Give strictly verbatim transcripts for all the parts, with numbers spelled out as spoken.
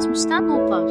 Geçmişten notlar.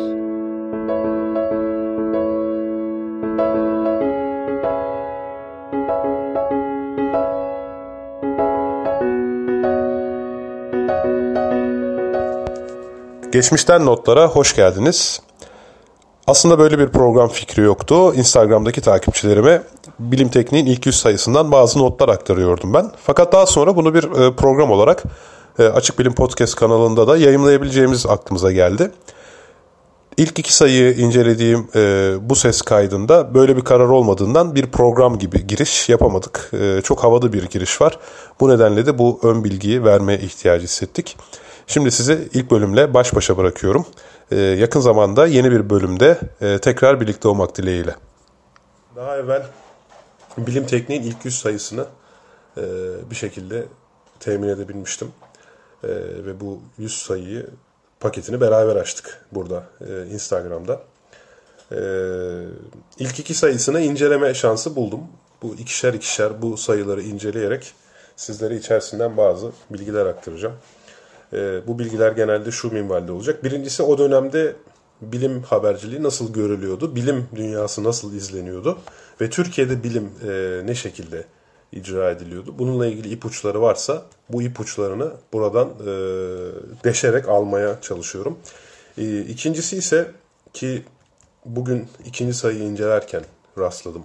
Geçmişten notlara hoş geldiniz. Aslında böyle bir program fikri yoktu. Instagram'daki takipçilerime Bilim Tekniğin ilk yüz sayısından bazı notlar aktarıyordum ben. Fakat daha sonra bunu bir program olarak Açık Bilim Podcast kanalında da yayımlayabileceğimiz aklımıza geldi. İlk iki sayıyı incelediğim e, bu ses kaydında böyle bir karar olmadığından bir program gibi giriş yapamadık. E, çok havalı bir giriş var. Bu nedenle de bu ön bilgiyi vermeye ihtiyacı hissettik. Şimdi sizi ilk bölümle baş başa bırakıyorum. Ee, yakın zamanda yeni bir bölümde e, tekrar birlikte olmak dileğiyle. Daha evvel Bilim Tekniğin ilk yüz sayısını e, bir şekilde temin edebilmiştim. E, ve bu yüz sayıyı paketini beraber açtık burada e, Instagram'da. E, ilk iki sayısını inceleme şansı buldum. Bu ikişer ikişer bu sayıları inceleyerek sizlere içerisinden bazı bilgiler aktaracağım. Bu bilgiler genelde şu minvalde olacak. Birincisi, o dönemde bilim haberciliği nasıl görülüyordu? Bilim dünyası nasıl izleniyordu? Ve Türkiye'de bilim ne şekilde icra ediliyordu? Bununla ilgili ipuçları varsa bu ipuçlarını buradan deşerek almaya çalışıyorum. İkincisi ise ki bugün ikinci sayıyı incelerken rastladım.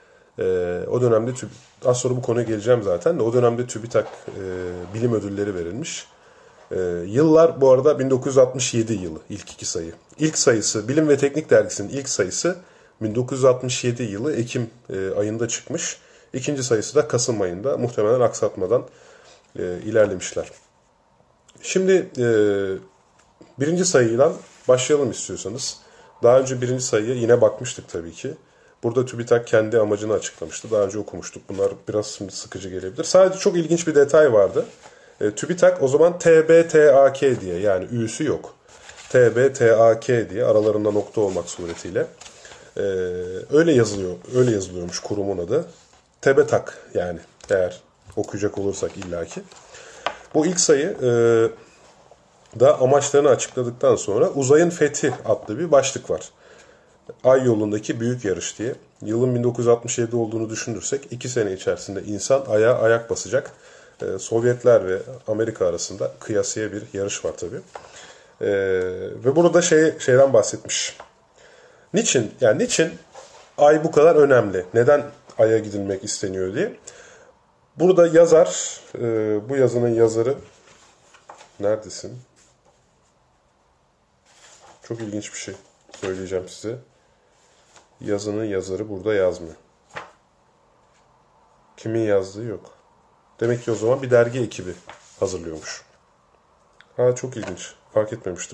O dönemde, az sonra bu konuya geleceğim zaten de, o dönemde TÜBİTAK bilim ödülleri verilmiş. Ee, yıllar bu arada bin dokuz yüz altmış yedi yılı ilk iki sayı. İlk sayısı Bilim ve Teknik Dergisi'nin ilk sayısı bin dokuz yüz altmış yedi yılı Ekim e, ayında çıkmış. İkinci sayısı da Kasım ayında, muhtemelen aksatmadan e, ilerlemişler. Şimdi e, birinci sayıyla başlayalım istiyorsanız. Daha önce birinci sayıya yine bakmıştık tabii ki. Burada TÜBİTAK kendi amacını açıklamıştı. Daha önce okumuştuk. Bunlar biraz şimdi sıkıcı gelebilir. Sadece çok ilginç bir detay vardı. E, TÜBİTAK o zaman T B T A K diye, yani Ü'sü yok. T B T A K diye aralarında nokta olmak suretiyle e, öyle yazılıyor, öyle yazılıyormuş kurumun adı. TÜBİTAK yani, eğer okuyacak olursak illaki. Bu ilk sayı e, da amaçlarını açıkladıktan sonra Uzayın Fethi adlı bir başlık var. Ay yolundaki büyük yarış diye. Yılın bin dokuz yüz altmış yedi olduğunu düşünürsek iki sene içerisinde insan aya ayak basacak. Sovyetler ve Amerika arasında kıyasıya bir yarış var tabii. Ee, ve burada şey şeyden bahsetmiş. Niçin? Yani niçin ay bu kadar önemli? Neden aya gidilmek isteniyor diye. Burada yazar, e, bu yazının yazarı, neredesin? Çok ilginç bir şey söyleyeceğim size. Yazının yazarı burada yazmıyor. Kimin yazdığı yok. Demek ki o zaman bir dergi ekibi hazırlıyormuş. Ha, çok ilginç. Fark etmemiştim.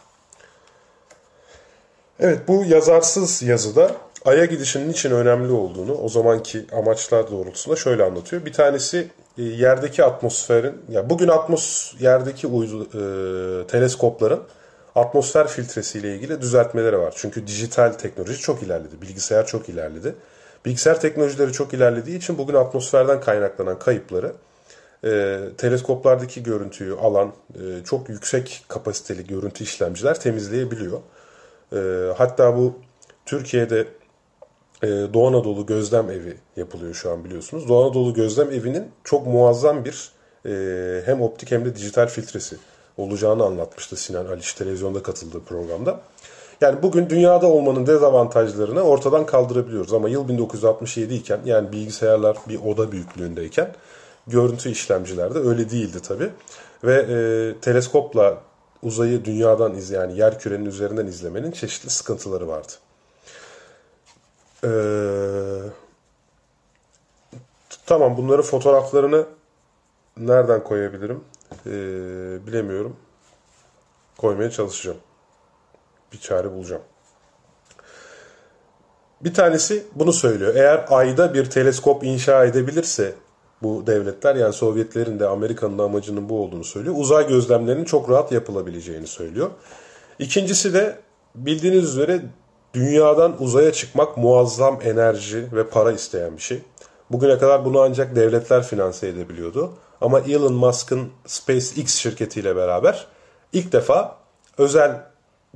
Evet, bu yazarsız yazıda Ay'a gidişinin için önemli olduğunu o zamanki amaçlar doğrultusunda şöyle anlatıyor. Bir tanesi yerdeki atmosferin, ya bugün atmos yerdeki uydu, e, teleskopların atmosfer filtresiyle ilgili düzeltmeleri var. Çünkü dijital teknoloji çok ilerledi. Bilgisayar çok ilerledi. Bilgisayar teknolojileri çok ilerlediği için bugün atmosferden kaynaklanan kayıpları e, teleskoplardaki görüntüyü alan e, çok yüksek kapasiteli görüntü işlemciler temizleyebiliyor. E, hatta bu Türkiye'de e, Doğu Anadolu Gözlem Evi yapılıyor şu an, biliyorsunuz. Doğu Anadolu Gözlem Evi'nin çok muazzam bir e, hem optik hem de dijital filtresi olacağını anlatmıştı Sinan Aliş televizyonda katıldığı programda. Yani bugün dünyada olmanın dezavantajlarını ortadan kaldırabiliyoruz. Ama yıl bin dokuz yüz altmış yedi iken, yani bilgisayarlar bir oda büyüklüğündeyken, görüntü işlemcilerde öyle değildi tabii. Ve e, teleskopla uzayı dünyadan izleyen, yani yer kürenin üzerinden izlemenin çeşitli sıkıntıları vardı. Ee, tamam, bunların fotoğraflarını nereden koyabilirim? Ee, bilemiyorum. Koymaya çalışacağım. Bir çare bulacağım. Bir tanesi bunu söylüyor. Eğer ayda bir teleskop inşa edebilirse bu devletler, yani Sovyetlerin de Amerika'nın da amacının bu olduğunu söylüyor. Uzay gözlemlerinin çok rahat yapılabileceğini söylüyor. İkincisi de bildiğiniz üzere dünyadan uzaya çıkmak muazzam enerji ve para isteyen bir şey. Bugüne kadar bunu ancak devletler finanse edebiliyordu. Ama Elon Musk'ın SpaceX şirketiyle beraber ilk defa özel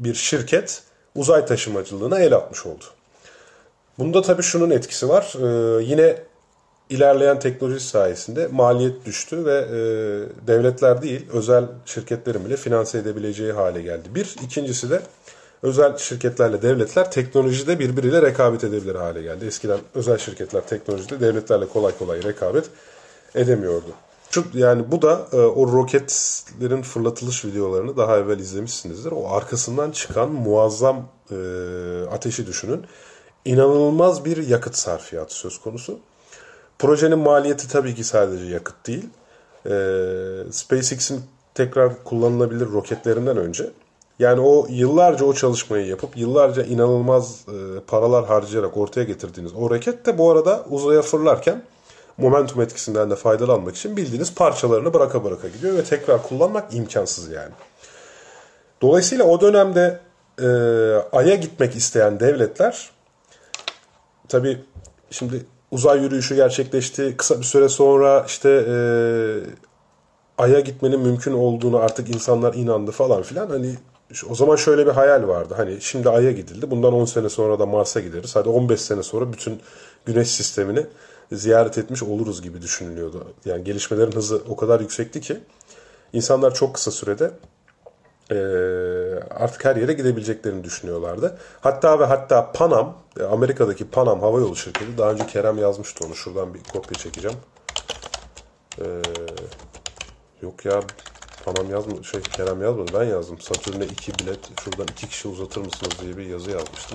bir şirket uzay taşımacılığına el atmış oldu. Bunda tabii şunun etkisi var. Ee, yine ilerleyen teknoloji sayesinde maliyet düştü ve e, devletler değil özel şirketlerin bile finanse edebileceği hale geldi. Bir, ikincisi de özel şirketlerle devletler teknolojide birbiriyle rekabet edebilir hale geldi. Eskiden özel şirketler teknolojide devletlerle kolay kolay rekabet edemiyordu. Şu, yani bu da e, o roketlerin fırlatılış videolarını daha evvel izlemişsinizdir. O arkasından çıkan muazzam e, ateşi düşünün. İnanılmaz bir yakıt sarfiyatı söz konusu. Projenin maliyeti tabii ki sadece yakıt değil. E, SpaceX'in tekrar kullanılabilir roketlerinden önce, yani o yıllarca o çalışmayı yapıp yıllarca inanılmaz e, paralar harcayarak ortaya getirdiğiniz o roket de bu arada uzaya fırlarken momentum etkisinden de faydalanmak için bildiğiniz parçalarını bıraka bıraka gidiyor ve tekrar kullanmak imkansız yani. Dolayısıyla o dönemde e, Ay'a gitmek isteyen devletler, tabii şimdi uzay yürüyüşü gerçekleşti. Kısa bir süre sonra işte e, Ay'a gitmenin mümkün olduğunu artık insanlar inandı falan filan. Hani o zaman şöyle bir hayal vardı. Hani şimdi Ay'a gidildi. Bundan on sene sonra da Mars'a gideriz. Hadi on beş sene sonra bütün Güneş sistemini ziyaret etmiş oluruz gibi düşünülüyordu. Yani gelişmelerin hızı o kadar yüksekti ki insanlar çok kısa sürede e, artık her yere gidebileceklerini düşünüyorlardı. Hatta ve hatta Panam, Amerika'daki Panam Havayolu Şirketi, daha önce Kerem yazmıştı onu. Şuradan bir kopya çekeceğim. Eee Yok ya, Panam yazmadı, şey Kerem yazmadı, ben yazdım. Satürn'e iki bilet, şuradan iki kişi uzatır mısınız diye bir yazı yazmıştım.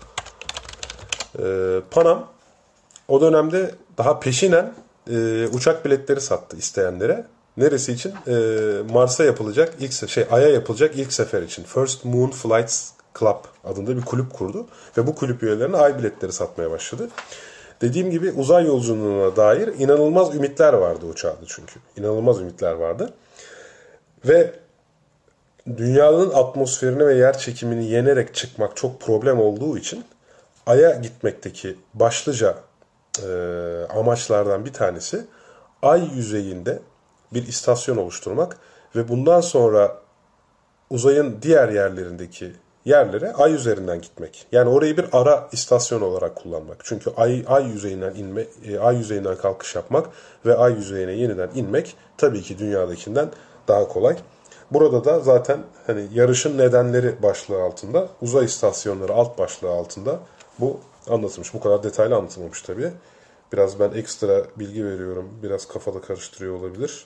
Ee, Panam o dönemde daha peşinen e, uçak biletleri sattı isteyenlere. Neresi için? E, Mars'a yapılacak ilk şey, Ay'a yapılacak ilk sefer için. First Moon Flights Club adında bir kulüp kurdu ve bu kulüp üyelerine ay biletleri satmaya başladı. Dediğim gibi uzay yolculuğuna dair inanılmaz ümitler vardı o çağda çünkü. İnanılmaz ümitler vardı. Ve dünyanın atmosferini ve yer çekimini yenerek çıkmak çok problem olduğu için Ay'a gitmekteki başlıca e, amaçlardan bir tanesi Ay yüzeyinde bir istasyon oluşturmak ve bundan sonra uzayın diğer yerlerindeki yerlere Ay üzerinden gitmek. Yani orayı bir ara istasyon olarak kullanmak. Çünkü Ay, Ay yüzeyinden inme, Ay yüzeyinden kalkış yapmak ve Ay yüzeyine yeniden inmek tabii ki dünyadakinden daha kolay. Burada da zaten hani yarışın nedenleri başlığı altında, uzay istasyonları alt başlığı altında bu anlatılmış. Bu kadar detaylı anlatılmamış tabii. Biraz ben ekstra bilgi veriyorum. Biraz kafada karıştırıyor olabilir.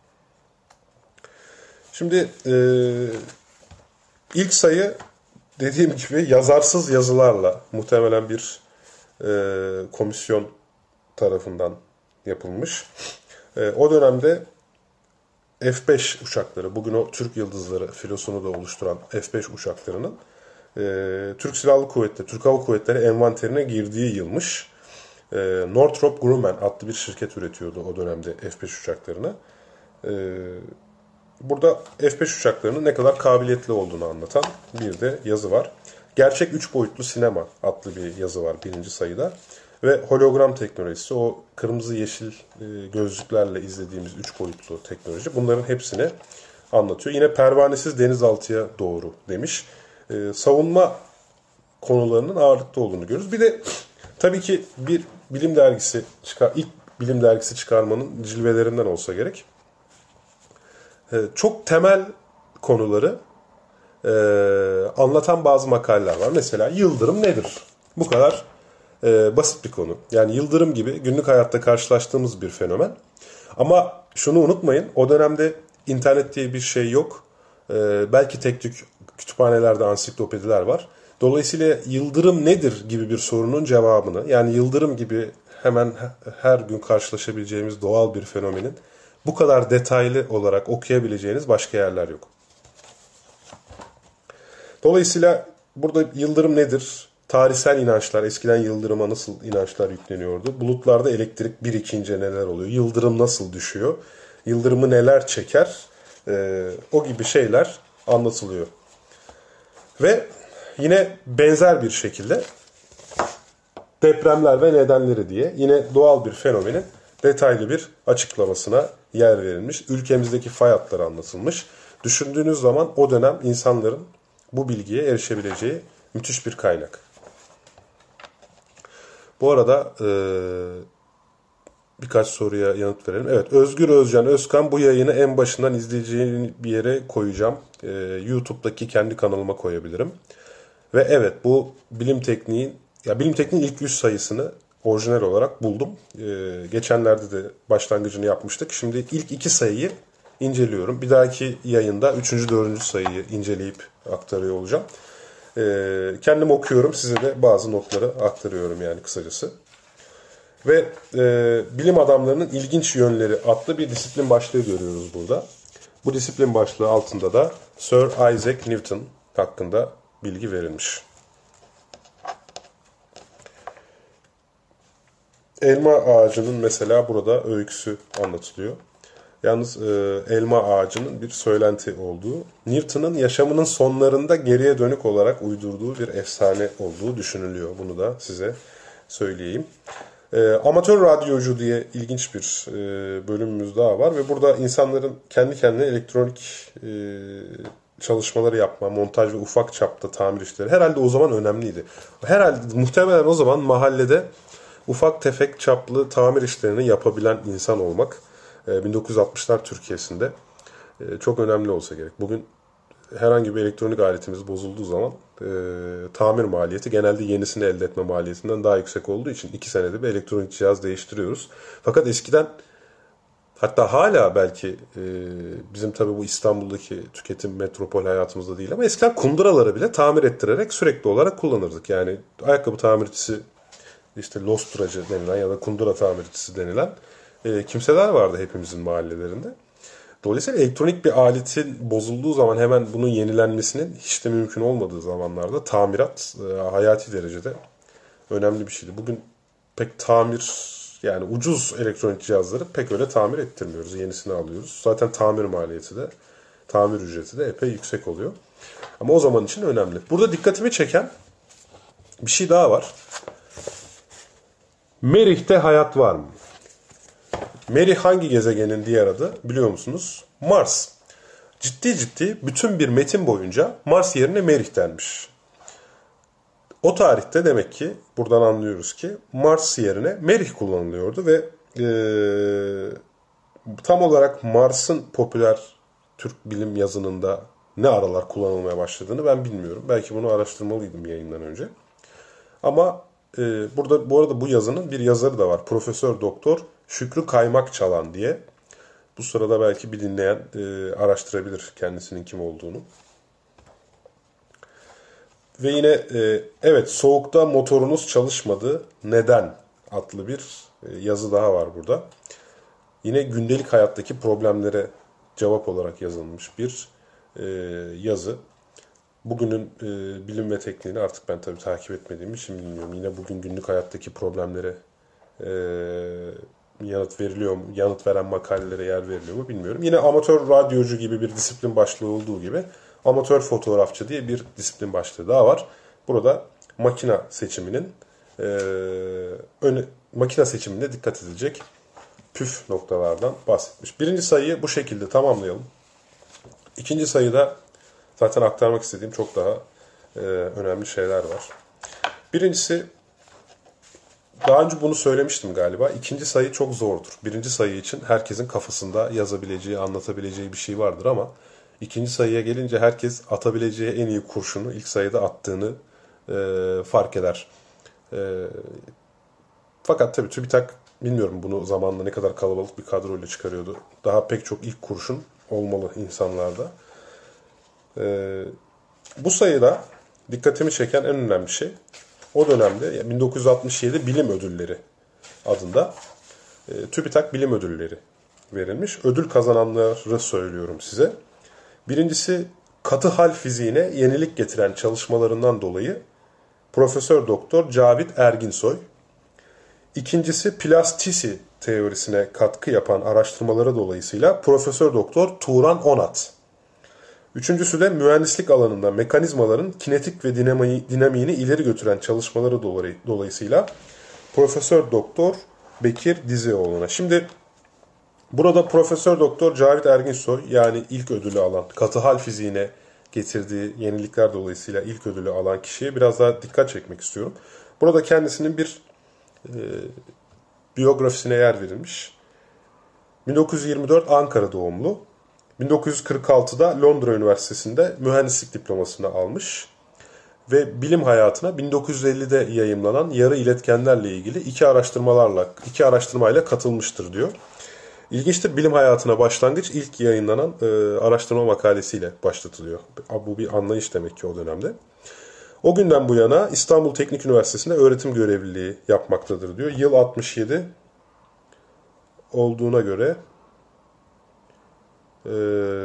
Şimdi e, ilk sayı dediğim gibi yazarsız yazılarla muhtemelen bir e, komisyon tarafından yapılmış. E, o dönemde F beş uçakları, bugün o Türk Yıldızları filosunu da oluşturan F beş uçaklarının e, Türk Silahlı Kuvvetleri, Türk Hava Kuvvetleri envanterine girdiği yılmış. E, Northrop Grumman adlı bir şirket üretiyordu o dönemde F beş uçaklarını. E, burada F beş uçaklarının ne kadar kabiliyetli olduğunu anlatan bir de yazı var. Gerçek üç boyutlu sinema adlı bir yazı var birinci sayıda. Ve hologram teknolojisi, o kırmızı yeşil gözlüklerle izlediğimiz üç boyutlu teknoloji, bunların hepsini anlatıyor. Yine pervanesiz denizaltıya doğru demiş. Ee, savunma konularının ağırlıkta olduğunu görürüz. Bir de tabii ki bir bilim dergisi, çıkar, ilk bilim dergisi çıkarmanın cilvelerinden olsa gerek. Ee, çok temel konuları e, anlatan bazı makaleler var. Mesela yıldırım nedir? Bu kadar Ee, basit bir konu. Yani yıldırım gibi günlük hayatta karşılaştığımız bir fenomen. Ama şunu unutmayın, o dönemde internet diye bir şey yok. Ee, belki tek tük kütüphanelerde ansiklopediler var. Dolayısıyla yıldırım nedir gibi bir sorunun cevabını, yani yıldırım gibi hemen her gün karşılaşabileceğimiz doğal bir fenomenin bu kadar detaylı olarak okuyabileceğiniz başka yerler yok. Dolayısıyla burada yıldırım nedir? Tarihsel inançlar, eskiden yıldırıma nasıl inançlar yükleniyordu? Bulutlarda elektrik birikince neler oluyor? Yıldırım nasıl düşüyor? Yıldırımı neler çeker? Ee, o gibi şeyler anlatılıyor. Ve yine benzer bir şekilde depremler ve nedenleri diye yine doğal bir fenomenin detaylı bir açıklamasına yer verilmiş. Ülkemizdeki fay hatları anlatılmış. Düşündüğünüz zaman o dönem insanların bu bilgiye erişebileceği müthiş bir kaynak. Bu arada e, birkaç soruya yanıt verelim. Evet, Özgür Özcan Özkan, bu yayını en başından izleyeceğin bir yere koyacağım. E, YouTube'daki kendi kanalıma koyabilirim. Ve evet, bu bilim tekniğin, ya bilim tekniğin ilk yüz sayısını orijinal olarak buldum. Ee, geçenlerde de başlangıcını yapmıştık. Şimdi ilk iki sayıyı inceliyorum. Bir dahaki yayında üçüncü, dördüncü sayıyı inceleyip aktarıyor olacağım. Ee, kendim okuyorum, size de bazı notları aktarıyorum yani kısacası. Ve e, bilim adamlarının ilginç yönleri adlı bir disiplin başlığı görüyoruz burada. Bu disiplin başlığı altında da Sir Isaac Newton hakkında bilgi verilmiş. Elma ağacının mesela burada öyküsü anlatılıyor. Yalnız e, elma ağacının bir söylenti olduğu, Newton'un yaşamının sonlarında geriye dönük olarak uydurduğu bir efsane olduğu düşünülüyor. Bunu da size söyleyeyim. E, amatör radyocu diye ilginç bir e, bölümümüz daha var ve burada insanların kendi kendine elektronik e, çalışmaları yapma, montaj ve ufak çapta tamir işleri herhalde o zaman önemliydi. Herhalde muhtemelen o zaman mahallede ufak tefek çaplı tamir işlerini yapabilen insan olmak bin dokuz yüz altmışlar Türkiye'sinde çok önemli olsa gerek. Bugün herhangi bir elektronik aletimiz bozulduğu zaman e, tamir maliyeti genelde yenisini elde etme maliyetinden daha yüksek olduğu için iki senede bir elektronik cihaz değiştiriyoruz. Fakat eskiden, hatta hala belki e, bizim tabii bu İstanbul'daki tüketim metropol hayatımızda değil ama eskiden kunduraları bile tamir ettirerek sürekli olarak kullanırdık. Yani ayakkabı tamircisi, işte losturacı denilen ya da kundura tamircisi denilen e, kimseler vardı hepimizin mahallelerinde. Dolayısıyla elektronik bir aletin bozulduğu zaman hemen bunun yenilenmesinin hiç de mümkün olmadığı zamanlarda tamirat e, hayati derecede önemli bir şeydi. Bugün pek tamir, yani ucuz elektronik cihazları pek öyle tamir ettirmiyoruz. Yenisini alıyoruz. Zaten tamir maliyeti de, tamir ücreti de epey yüksek oluyor. Ama o zaman için önemli. Burada dikkatimi çeken bir şey daha var. Merih'te hayat var mı? Merih hangi gezegenin diğer adı biliyor musunuz? Mars. Ciddi ciddi bütün bir metin boyunca Mars yerine Merih denmiş. O tarihte demek ki buradan anlıyoruz ki Mars yerine Merih kullanılıyordu ve e, tam olarak Mars'ın popüler Türk bilim yazınında ne aralar kullanılmaya başladığını ben bilmiyorum. Belki bunu araştırmalıydım yayından önce. Ama e, burada bu arada bu yazının bir yazarı da var. Profesör Doktor Şükrü Kaymakçalan diye. Bu sırada belki bir dinleyen e, araştırabilir kendisinin kim olduğunu. Ve yine e, evet, soğukta motorunuz çalışmadı neden adlı bir e, yazı daha var burada. Yine gündelik hayattaki problemlere cevap olarak yazılmış bir e, yazı. Bugünün e, bilim ve tekniğini artık ben tabii takip etmediğim için bilmiyorum. Yine bugün günlük hayattaki problemlere e, yanıt veriliyor mu, yanıt veren makalelere yer veriliyor mu bilmiyorum. Yine amatör radyocu gibi bir disiplin başlığı olduğu gibi amatör fotoğrafçı diye bir disiplin başlığı daha var. Burada makine seçiminin e, öne, makine seçiminde dikkat edilecek püf noktalardan bahsetmiş. Birinci sayıyı bu şekilde tamamlayalım. İkinci sayıda zaten aktarmak istediğim çok daha e, önemli şeyler var. Birincisi, daha önce bunu söylemiştim galiba. İkinci sayı çok zordur. Birinci sayı için herkesin kafasında yazabileceği, anlatabileceği bir şey vardır ama ikinci sayıya gelince herkes atabileceği en iyi kurşunu ilk sayıda attığını e, fark eder. E, fakat tabii TÜBİTAK, bilmiyorum bunu zamanla ne kadar kalabalık bir kadroyla çıkarıyordu. Daha pek çok ilk kurşun olmalı insanlarda. E, bu sayıda dikkatimi çeken en önemli şey, o dönemde bin dokuz yüz altmış yedi Bilim Ödülleri adında e, TÜBİTAK Bilim Ödülleri verilmiş. Ödül kazananları söylüyorum size. Birincisi, katı hal fiziğine yenilik getiren çalışmalarından dolayı Profesör Doktor Cavit Erginsoy. İkincisi, plastisi teorisine katkı yapan araştırmaları dolayısıyla Profesör Doktor Turan Onat. Üçüncüsü de mühendislik alanında mekanizmaların kinetik ve dinamiğini ileri götüren çalışmaları dolayısıyla Profesör Doktor Bekir Dizeoğlu'na. Şimdi burada Profesör Doktor Cavit Erginsoy, yani ilk ödülü alan, katı hal fiziğine getirdiği yenilikler dolayısıyla ilk ödülü alan kişiye biraz daha dikkat çekmek istiyorum. Burada kendisinin bir e, biyografisine yer verilmiş. bin dokuz yüz yirmi dört Ankara doğumlu. bin dokuz yüz kırk altıda Londra Üniversitesi'nde mühendislik diplomasını almış. Ve bilim hayatına bin dokuz yüz ellide yayımlanan yarı iletkenlerle ilgili iki araştırmalarla iki araştırmayla katılmıştır diyor. İlginçtir, bilim hayatına başlangıç ilk yayınlanan e, araştırma makalesiyle başlatılıyor. Bu bir anlayış demek ki o dönemde. O günden bu yana İstanbul Teknik Üniversitesi'nde öğretim görevliliği yapmaktadır diyor. Yıl altmış yedi olduğuna göre e,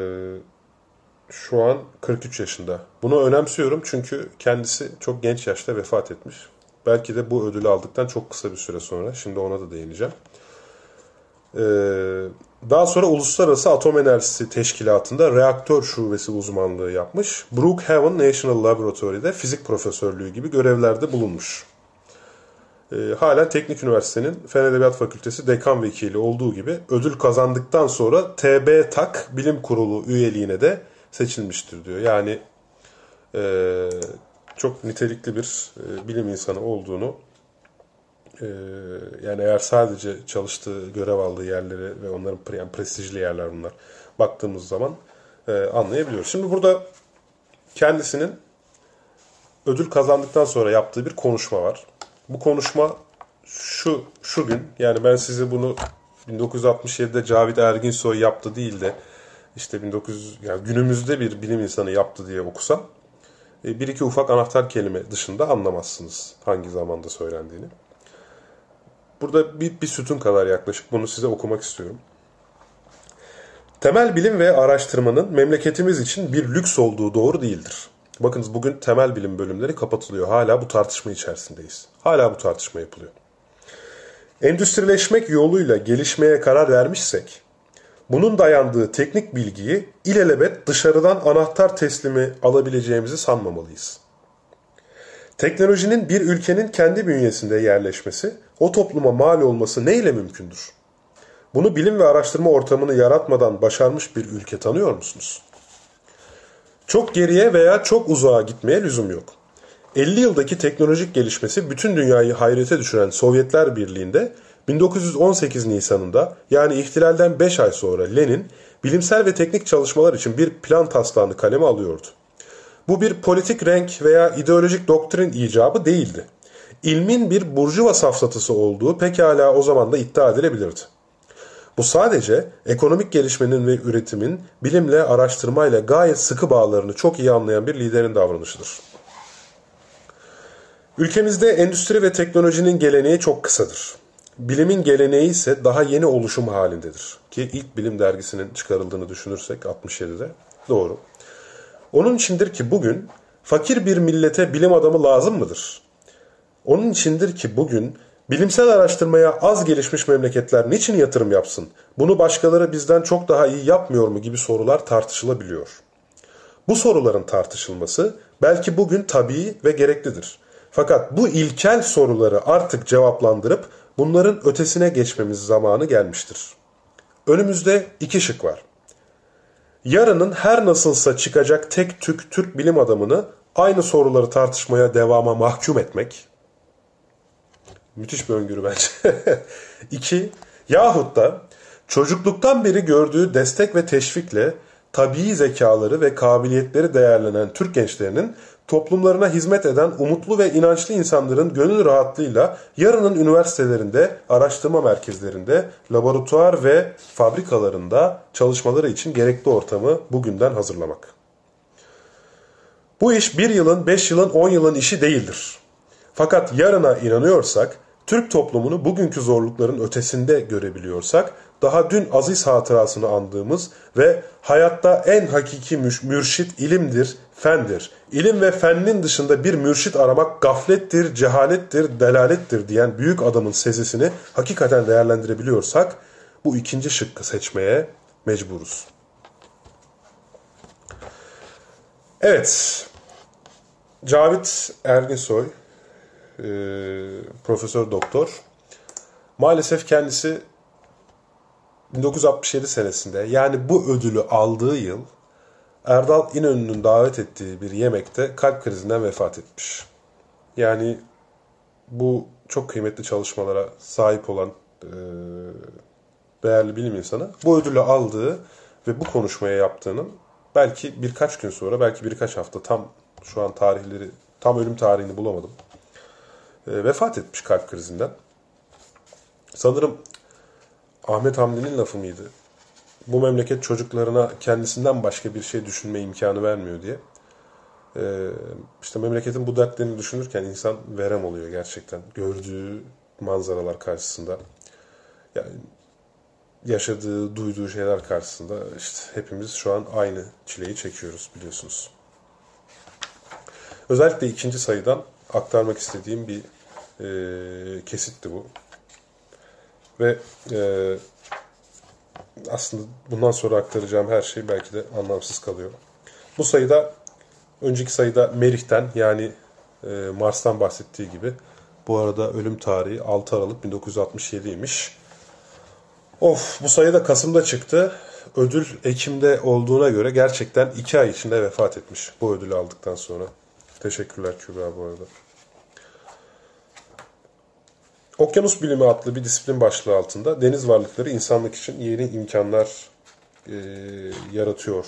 şu an kırk üç yaşında. Bunu önemsiyorum çünkü kendisi çok genç yaşta vefat etmiş. Belki de bu ödülü aldıktan çok kısa bir süre sonra. Şimdi ona da değineceğim. Ee, daha sonra Uluslararası Atom Enerjisi Teşkilatı'nda reaktör şubesi uzmanlığı yapmış. Brookhaven National Laboratory'de fizik profesörlüğü gibi görevlerde bulunmuş. Ee, halen Teknik Üniversite'nin Fen Edebiyat Fakültesi dekan vekili olduğu gibi ödül kazandıktan sonra T B T A K Bilim Kurulu üyeliğine de seçilmiştir diyor. Yani e, çok nitelikli bir e, bilim insanı olduğunu, e, yani eğer sadece çalıştığı, görev aldığı yerleri ve onların yani prestijli yerler bunlar baktığımız zaman e, anlayabiliyoruz. Şimdi burada kendisinin ödül kazandıktan sonra yaptığı bir konuşma var. Bu konuşma şu şu gün, yani ben size bunu bin dokuz yüz altmış yedide Cavit Erginsoy yaptı değil de işte bin dokuz yüz yani günümüzde bir bilim insanı yaptı diye okusam bir iki ufak anahtar kelime dışında anlamazsınız hangi zamanda söylendiğini. Burada bir, bir sütun kadar yaklaşık bunu size okumak istiyorum. Temel bilim ve araştırmanın memleketimiz için bir lüks olduğu doğru değildir. Bakınız, bugün temel bilim bölümleri kapatılıyor. Hala bu tartışma içerisindeyiz. Hala bu tartışma yapılıyor. Endüstrileşmek yoluyla gelişmeye karar vermişsek, bunun dayandığı teknik bilgiyi ilelebet dışarıdan anahtar teslimi alabileceğimizi sanmamalıyız. Teknolojinin bir ülkenin kendi bünyesinde yerleşmesi, o topluma mal olması neyle mümkündür? Bunu bilim ve araştırma ortamını yaratmadan başarmış bir ülke tanıyor musunuz? Çok geriye veya çok uzağa gitmeye lüzum yok. elli yıldaki teknolojik gelişmesi bütün dünyayı hayrete düşüren Sovyetler Birliği'nde bin dokuz yüz on sekiz Nisan'ında, yani ihtilalden beş ay sonra Lenin bilimsel ve teknik çalışmalar için bir plan taslağını kaleme alıyordu. Bu bir politik renk veya ideolojik doktrin icabı değildi. İlmin bir burjuva safsatısı olduğu pekala o zaman da iddia edilebilirdi. Bu sadece ekonomik gelişmenin ve üretimin bilimle, araştırmayla gayet sıkı bağlarını çok iyi anlayan bir liderin davranışıdır. Ülkemizde endüstri ve teknolojinin geleneği çok kısadır. Bilimin geleneği ise daha yeni oluşum halindedir. Ki ilk bilim dergisinin çıkarıldığını düşünürsek altmış yedide. Doğru. Onun içindir ki bugün fakir bir millete bilim adamı lazım mıdır? Onun içindir ki bugün bilimsel araştırmaya az gelişmiş memleketler niçin yatırım yapsın? Bunu başkaları bizden çok daha iyi yapmıyor mu gibi sorular tartışılabiliyor. Bu soruların tartışılması belki bugün tabii ve gereklidir. Fakat bu ilkel soruları artık cevaplandırıp bunların ötesine geçmemiz zamanı gelmiştir. Önümüzde iki şık var. Yarının her nasılsa çıkacak tek tük Türk bilim adamını aynı soruları tartışmaya devama mahkum etmek. Müthiş bir öngörü bence. İki, yahut da çocukluktan beri gördüğü destek ve teşvikle tabii zekaları ve kabiliyetleri değerlenen Türk gençlerinin toplumlarına hizmet eden umutlu ve inançlı insanların gönül rahatlığıyla yarının üniversitelerinde, araştırma merkezlerinde, laboratuvar ve fabrikalarında çalışmaları için gerekli ortamı bugünden hazırlamak. Bu iş bir yılın, beş yılın, on yılın işi değildir. Fakat yarına inanıyorsak, Türk toplumunu bugünkü zorlukların ötesinde görebiliyorsak, daha dün aziz hatırasını andığımız ve hayatta en hakiki mürşit ilimdir, fendir. İlim ve fennin dışında bir mürşit aramak gaflettir, cehalettir, delalettir diyen büyük adamın sezisini hakikaten değerlendirebiliyorsak, bu ikinci şıkkı seçmeye mecburuz. Evet, Cavit Erginsoy, e, Profesör Doktor, maalesef kendisi bin dokuz yüz altmış yedi senesinde, yani bu ödülü aldığı yıl Erdal İnönü'nün davet ettiği bir yemekte kalp krizinden vefat etmiş. Yani bu çok kıymetli çalışmalara sahip olan e, değerli bilim insanı bu ödülü aldığı ve bu konuşmaya yaptığının belki birkaç gün sonra, belki birkaç hafta, tam şu an tarihleri, tam ölüm tarihini bulamadım. E, vefat etmiş kalp krizinden. Sanırım Ahmet Hamdi'nin lafı mıydı? Bu memleket çocuklarına kendisinden başka bir şey düşünme imkanı vermiyor diye. Ee, işte memleketin bu dertlerini düşünürken insan verem oluyor gerçekten. Gördüğü manzaralar karşısında. Yani yaşadığı, duyduğu şeyler karşısında işte hepimiz şu an aynı çileyi çekiyoruz biliyorsunuz. Özellikle ikinci sayıdan aktarmak istediğim bir e, kesitti bu. Ve e, aslında bundan sonra aktaracağım her şey belki de anlamsız kalıyor. Bu sayıda, önceki sayıda Merih'ten, yani e, Mars'tan bahsettiği gibi, bu arada ölüm tarihi altı Aralık bin dokuz yüz altmış yedi'ymiş. Of, bu sayı da Kasım'da çıktı. Ödül Ekim'de olduğuna göre gerçekten iki ay içinde vefat etmiş bu ödülü aldıktan sonra. Teşekkürler Kübra bu arada. Okyanus bilimi adlı bir disiplin başlığı altında deniz varlıkları insanlık için yeni imkanlar e, yaratıyor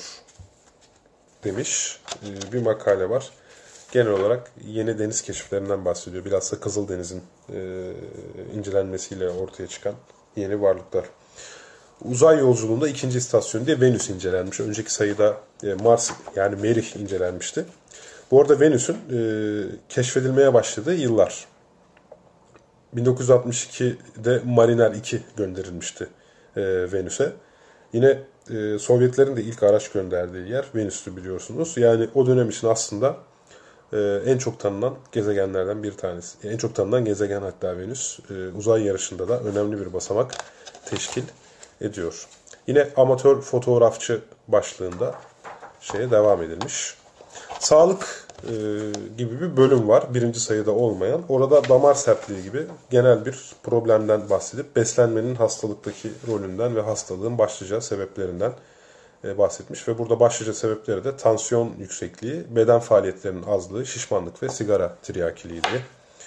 demiş e, bir makale var. Genel olarak yeni deniz keşiflerinden bahsediyor. Bilhassa Kızıldeniz'in e, incelenmesiyle ortaya çıkan yeni varlıklar. Uzay yolculuğunda ikinci istasyon diye Venüs incelenmiş. Önceki sayıda e, Mars, yani Merih incelenmişti. Bu arada Venüs'ün e, keşfedilmeye başladığı yıllar. bin dokuz yüz altmış iki'de Mariner iki gönderilmişti e, Venüs'e. Yine e, Sovyetlerin de ilk araç gönderdiği yer Venüs'tü biliyorsunuz. Yani o dönem için aslında e, en çok tanınan gezegenlerden bir tanesi. En çok tanınan gezegen hatta Venüs. E, uzay yarışında da önemli bir basamak teşkil ediyor. Yine amatör fotoğrafçı başlığında şeye devam edilmiş. Sağlık e, gibi bir bölüm var. Birinci sayıda olmayan. Orada damar sertliği gibi genel bir problemden bahsedip beslenmenin hastalıktaki rolünden ve hastalığın başlıca sebeplerinden e, bahsetmiş. Ve burada başlıca sebepleri de tansiyon yüksekliği, beden faaliyetlerinin azlığı, şişmanlık ve sigara tiryakiliği diye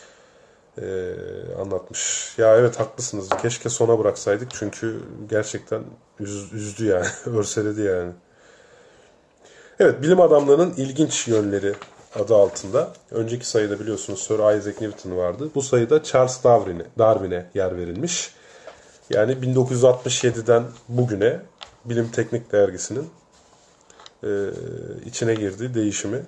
e, anlatmış. Ya evet, haklısınız. Keşke sona bıraksaydık çünkü gerçekten üz, üzdü yani. Örseledi yani. Evet, bilim adamlarının ilginç yönleri adı altında. Önceki sayıda biliyorsunuz Sir Isaac Newton vardı. Bu sayıda Charles Darwin'e Darwin'e yer verilmiş. Yani bin dokuz yüz altmış yedi'den bugüne Bilim Teknik dergisinin e, içine girdiği değişimi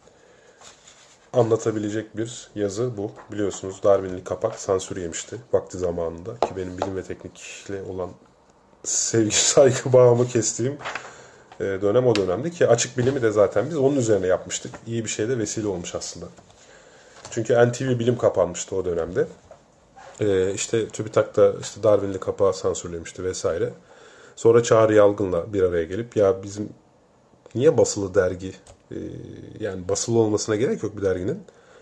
anlatabilecek bir yazı bu. Biliyorsunuz Darwin'li kapak sansür yemişti vakti zamanında. Ki benim bilim ve teknikle olan sevgi, saygı bağımı kestiğim dönem o dönemdi ki açık bilimi de zaten biz onun üzerine yapmıştık. İyi bir şeye de vesile olmuş aslında. Çünkü N T V bilim kapanmıştı o dönemde. Ee, işte TÜBİTAK da işte Darwin'li kapağı sansürlemişti vesaire. Sonra Çağrı Yalgın'la bir araya gelip ya bizim niye basılı dergi, e, yani basılı olmasına gerek yok bir derginin.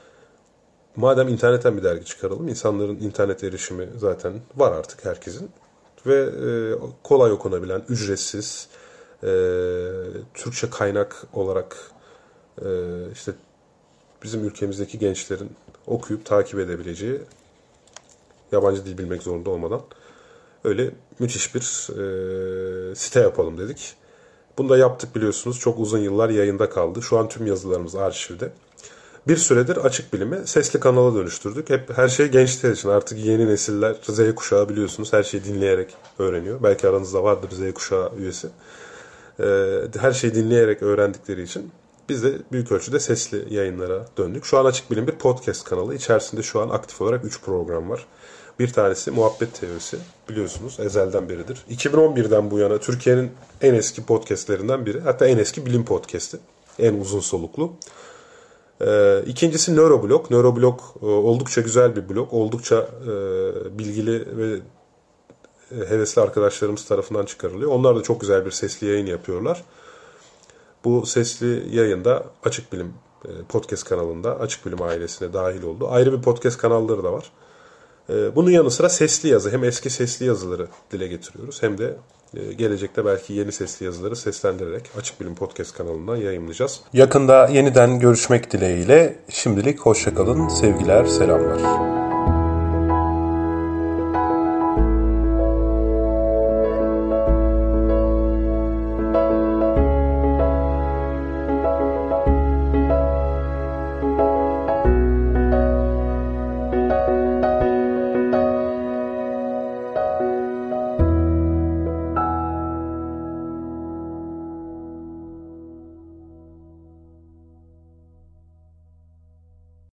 Madem internetten bir dergi çıkaralım, insanların internet erişimi zaten var artık herkesin. Ve e, kolay okunabilen, ücretsiz, Ee, Türkçe kaynak olarak e, işte bizim ülkemizdeki gençlerin okuyup takip edebileceği, yabancı dil bilmek zorunda olmadan öyle müthiş bir e, site yapalım dedik. Bunu da yaptık biliyorsunuz. Çok uzun yıllar yayında kaldı. Şu an tüm yazılarımız arşivde. Bir süredir Açık Bilim'i sesli kanala dönüştürdük. Hep her şey gençler için. Artık yeni nesiller, Z kuşağı biliyorsunuz, her şeyi dinleyerek öğreniyor. Belki aranızda vardır Z kuşağı üyesi. Her şeyi dinleyerek öğrendikleri için biz de büyük ölçüde sesli yayınlara döndük. Şu an Açık Bilim bir podcast kanalı. İçerisinde şu an aktif olarak üç program var. Bir tanesi Muhabbet Teorisi. Biliyorsunuz ezelden beridir. iki bin on bir'den bu yana Türkiye'nin en eski podcastlerinden biri. Hatta en eski bilim podcast'i. En uzun soluklu. Ee, ikincisi Nöroblog. Nöroblog e, oldukça güzel bir blog. Oldukça e, bilgili ve hevesli arkadaşlarımız tarafından çıkarılıyor. Onlar da çok güzel bir sesli yayın yapıyorlar. Bu sesli yayında Açık Bilim podcast kanalında Açık Bilim ailesine dahil oldu. Ayrı bir podcast kanalları da var. Bunun yanı sıra sesli yazı, hem eski sesli yazıları dile getiriyoruz hem de Gelecekte belki yeni sesli yazıları seslendirerek Açık Bilim Podcast kanalından yayımlayacağız. Yakında yeniden görüşmek dileğiyle şimdilik hoşça kalın, sevgiler, selamlar.